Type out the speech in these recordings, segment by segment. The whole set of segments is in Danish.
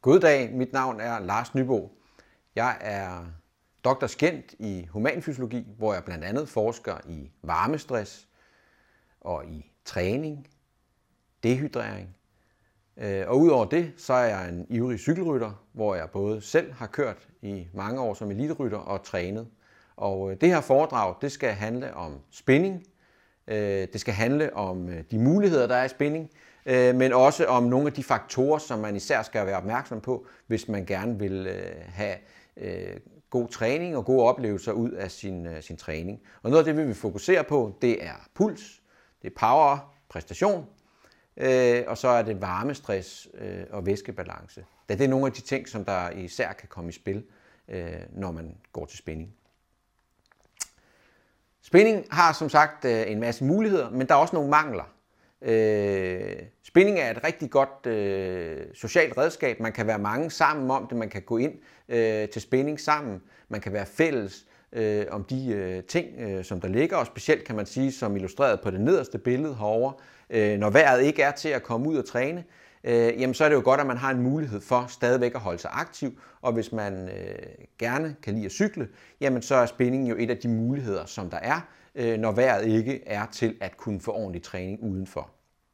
Goddag, mit navn er Lars Nybo. Jeg er doktorskent i humanfysiologi, hvor jeg blandt andet forsker i varmestress og i træning, dehydrering. Og udover det, så er jeg en ivrig cykelrytter, hvor jeg både selv har kørt i mange år som eliterytter og trænet. Og det her foredrag, det skal handle om spænding. Det skal handle om de muligheder, der er i spænding, men også om nogle af de faktorer, som man især skal være opmærksom på, hvis man gerne vil have god træning og gode oplevelser ud af sin træning. Og noget af det, vi vil fokusere på, det er puls, det er power, præstation, og så er det varmestress og væskebalance. Det er nogle af de ting, som der især kan komme i spil, når man går til spænding. Spænding har som sagt en masse muligheder, men der er også nogle mangler. Spænding er et rigtig godt socialt redskab. Man kan være mange sammen om det. Man kan gå ind til spænding sammen. Man kan være fælles om de ting, som der ligger. Og specielt kan man sige, som illustreret på det nederste billede herovre, når vejret ikke er til at komme ud og træne, jamen så er det jo godt, at man har en mulighed for stadigvæk at holde sig aktiv. Og hvis man gerne kan lide at cykle, jamen så er spænding jo et af de muligheder, som der er, når vejret ikke er til at kunne få ordentlig træning udenfor.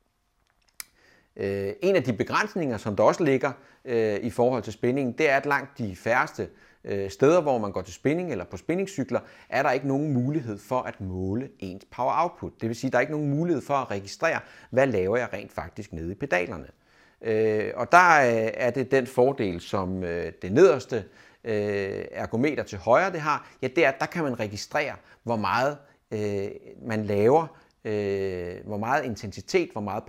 En af de begrænsninger, som der også ligger i forhold til spænding, det er, at langt de færreste steder, hvor man går til spænding eller på spændingscykler, er der ikke nogen mulighed for at måle ens power output. Det vil sige, at der er ikke nogen mulighed for at registrere, hvad laver jeg rent faktisk nede i pedalerne. Og der er det den fordel, som det nederste ergometer til højre det har, ja, det er, at der kan man registrere, hvor meget man laver, hvor meget intensitet, hvor meget